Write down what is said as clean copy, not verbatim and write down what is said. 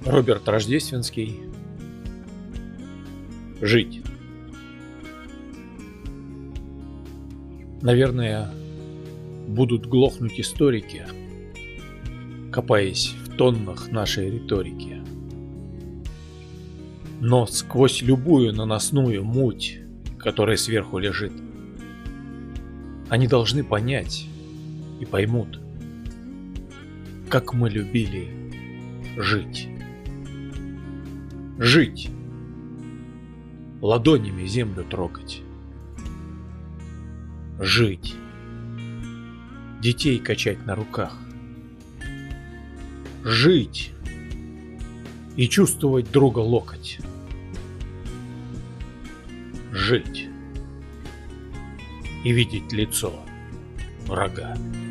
Роберт Рождественский. Жить. Наверное, будут глохнуть историки, копаясь в тоннах нашей риторики. Но сквозь любую наносную муть, которая сверху лежит, они должны понять и поймут, как мы любили жить. Жить. Ладонями землю трогать. Жить. Детей качать на руках. Жить. И чувствовать друга локоть. Жить. И видеть лицо врага.